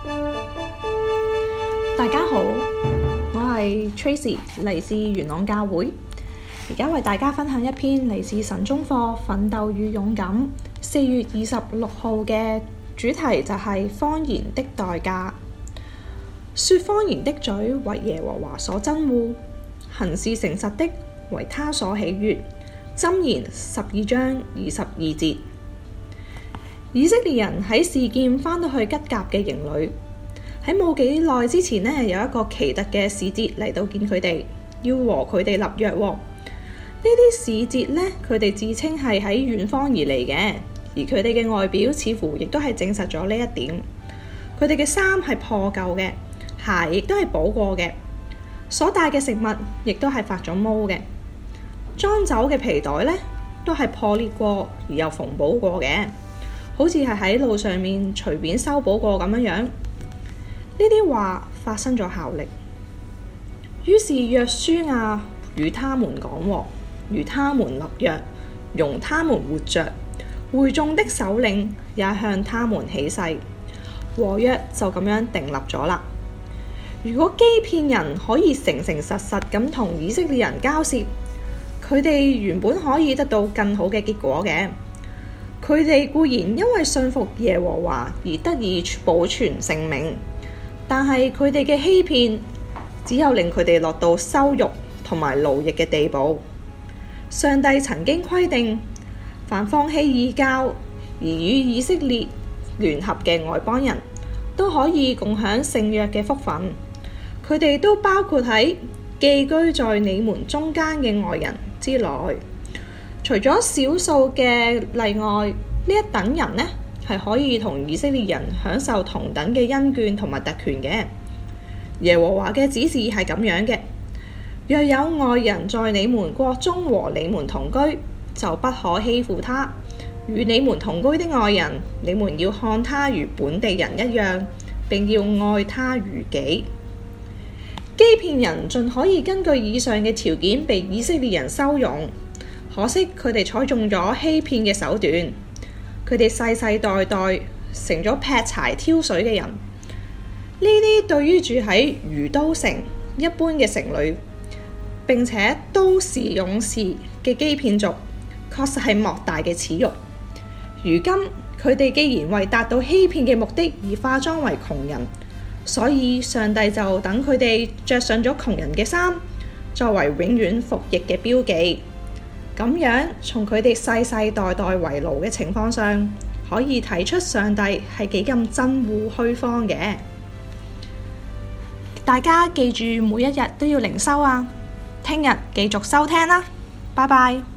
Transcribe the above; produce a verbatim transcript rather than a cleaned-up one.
大家好，我係 Tracy，嚟自元朗教會，而家為大家分享一篇嚟自神中課《奮鬥與勇敢》四月二十六號嘅主題就係謊言的代價。說謊言的嘴為耶和華所憎惡，行事誠實的為他所喜悅。箴言十二章二十二節。以色列人喺示劍返到去吉甲嘅營裏，喺冇幾耐之前呢，有一個奇特嘅使節嚟到見佢哋，要和佢哋立約喎。呢啲使節呢，佢哋自稱係喺遠方而嚟嘅，而佢哋嘅外表似乎亦都係證實咗呢一點。佢哋嘅衫係破舊嘅，鞋亦都係補過嘅，所帶嘅食物亦都係發咗毛嘅，裝酒嘅皮袋呢，都係破裂過而又縫補過嘅，好似係喺路上面隨便修補過咁樣樣。呢啲話發生咗效力，於是約書亞與他們講和，與他們立約，容他們活着。會眾的首領也向他們起誓，和約就咁樣訂立咗啦。如果欺騙人可以誠誠實實咁同以色列人交涉，佢哋原本可以得到更好嘅結果嘅。佢哋固然因為信服耶和華而得以保存性命，但係佢哋嘅欺騙只有令佢哋落到羞辱同埋奴役嘅地步。上帝曾經規定，凡放棄異教而與以色列聯合嘅外邦人都可以共享聖約嘅福分，佢哋都包括喺寄居在你們中間嘅外人之內。除咗少數嘅例外，呢一等人呢係可以同以色列人享受同等嘅恩眷同埋特權嘅。耶和華嘅指示係咁樣嘅：若有外人在你們國中和你們同居，就不可欺負他。與你們同居的外人，你們要看他如本地人一樣，並要愛他如己。欺騙人盡可以根據以上嘅條件被以色列人收容，可惜佢哋採用咗欺騙嘅手段，佢哋世世代代成咗劈柴挑水嘅人。呢啲對於住喺如都城一般嘅城裏，並且都是勇士嘅欺騙族，確實係莫大嘅恥辱。如今佢哋既然為達到欺騙嘅目的而化妝為窮人，所以上帝就等佢哋着上咗窮人嘅衫，作為永遠服役嘅標記。咁樣從佢哋世世代代為奴嘅情況上，可以睇出上帝係幾咁憎惡虛謊嘅。大家記住每一日都要靈修啊！聽日繼續收聽啦，拜拜。